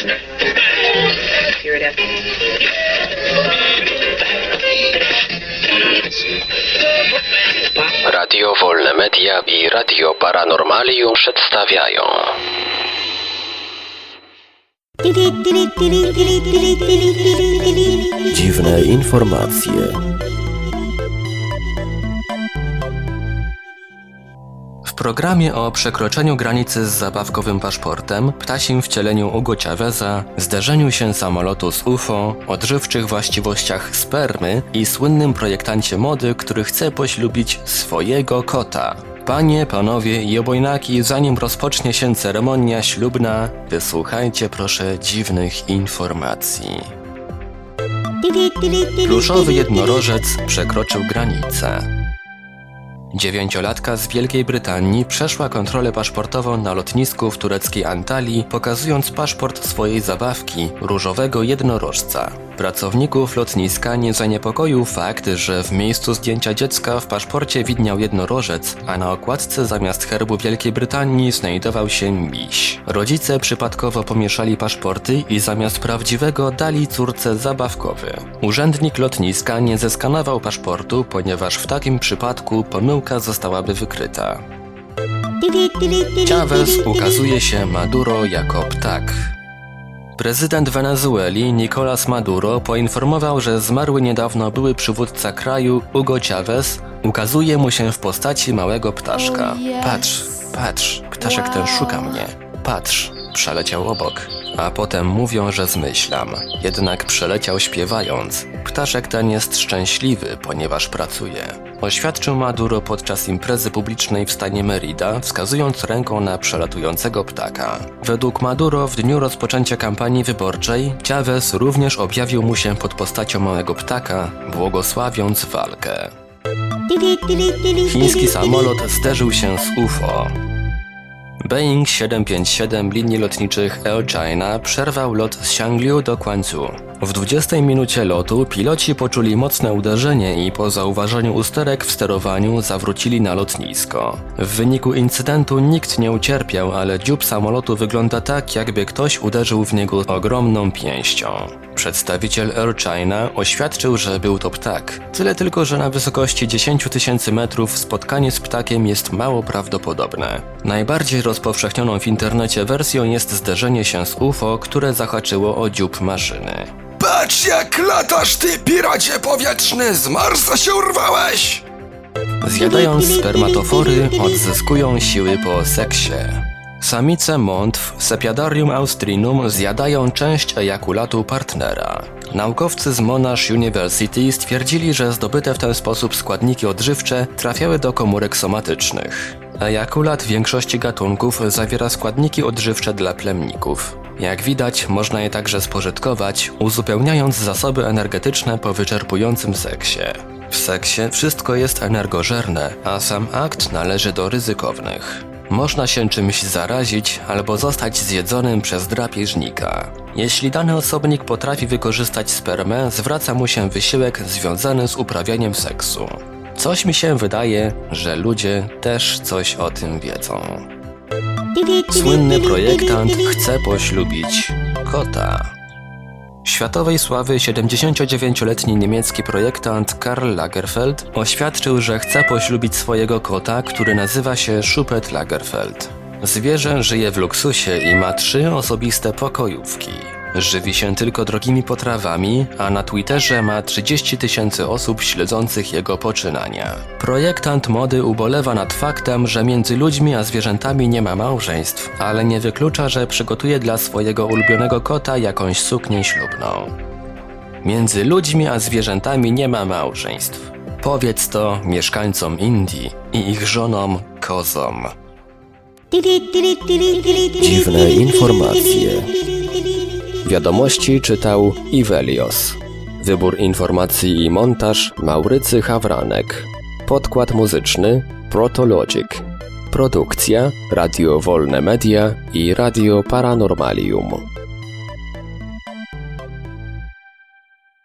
Radio Wolne Media i Radio Paranormalium przedstawiają dziwne informacje. W programie o przekroczeniu granicy z zabawkowym paszportem, ptasim wcieleniu Hugo Cháveza, zderzeniu się samolotu z UFO, odżywczych właściwościach spermy i słynnym projektancie mody, który chce poślubić swojego kota. Panie, panowie i obojnaki, zanim rozpocznie się ceremonia ślubna, wysłuchajcie proszę dziwnych informacji. Pluszowy jednorożec przekroczył granicę. 9-latka z Wielkiej Brytanii przeszła kontrolę paszportową na lotnisku w tureckiej Antalii, pokazując paszport swojej zabawki, różowego jednorożca. Pracowników lotniska nie zaniepokoił fakt, że w miejscu zdjęcia dziecka w paszporcie widniał jednorożec, a na okładce zamiast herbu Wielkiej Brytanii znajdował się miś. Rodzice przypadkowo pomieszali paszporty i zamiast prawdziwego dali córce zabawkowy. Urzędnik lotniska nie zeskanował paszportu, ponieważ w takim przypadku pomyłka zostałaby wykryta. Chávez ukazuje się Maduro jako ptak. Prezydent Wenezueli Nicolás Maduro poinformował, że zmarły niedawno były przywódca kraju Hugo Chávez ukazuje mu się w postaci małego ptaszka. Patrz, patrz, ptaszek ten szuka mnie. Patrz, przeleciał obok. A potem mówią, że zmyślam. Jednak przeleciał śpiewając. Ptaszek ten jest szczęśliwy, ponieważ pracuje. Oświadczył Maduro podczas imprezy publicznej w stanie Mérida, wskazując ręką na przelatującego ptaka. Według Maduro w dniu rozpoczęcia kampanii wyborczej Chávez również objawił mu się pod postacią małego ptaka, błogosławiąc walkę. Chiński samolot zderzył się z UFO. Boeing 757 linii lotniczych Air China przerwał lot z Xiangli do Guangzhou. W 20 minucie lotu piloci poczuli mocne uderzenie i po zauważeniu usterek w sterowaniu zawrócili na lotnisko. W wyniku incydentu nikt nie ucierpiał, ale dziób samolotu wygląda tak, jakby ktoś uderzył w niego ogromną pięścią. Przedstawiciel Air China oświadczył, że był to ptak. Tyle tylko, że na wysokości 10 000 metrów spotkanie z ptakiem jest mało prawdopodobne. Najbardziej rozpowszechnioną w internecie wersją jest zderzenie się z UFO, które zahaczyło o dziób maszyny. Patrz jak latasz, ty piracie powietrzny, z Marsa się urwałeś! Zjadając spermatofory, odzyskują siły po seksie. Samice mątw Sepiadarium austrinum zjadają część ejakulatu partnera. Naukowcy z Monash University stwierdzili, że zdobyte w ten sposób składniki odżywcze trafiały do komórek somatycznych. Ejakulat większości gatunków zawiera składniki odżywcze dla plemników. Jak widać, można je także spożytkować, uzupełniając zasoby energetyczne po wyczerpującym seksie. W seksie wszystko jest energożerne, a sam akt należy do ryzykownych. Można się czymś zarazić albo zostać zjedzonym przez drapieżnika. Jeśli dany osobnik potrafi wykorzystać spermę, zwraca mu się wysiłek związany z uprawianiem seksu. Coś mi się wydaje, że ludzie też coś o tym wiedzą. Słynny projektant chce poślubić kota. Światowej sławy 79-letni niemiecki projektant Karl Lagerfeld oświadczył, że chce poślubić swojego kota, który nazywa się Schuppet Lagerfeld. Zwierzę żyje w luksusie i ma 3 osobiste pokojówki. Żywi się tylko drogimi potrawami, a na Twitterze ma 30 000 osób śledzących jego poczynania. Projektant mody ubolewa nad faktem, że między ludźmi a zwierzętami nie ma małżeństw, ale nie wyklucza, że przygotuje dla swojego ulubionego kota jakąś suknię ślubną. Między ludźmi a zwierzętami nie ma małżeństw. Powiedz to mieszkańcom Indii i ich żonom kozom. Dziwne informacje. Wiadomości czytał Ivelios. Wybór informacji i montaż Maurycy Hawranek. Podkład muzyczny Protologic. Produkcja Radio Wolne Media i Radio Paranormalium.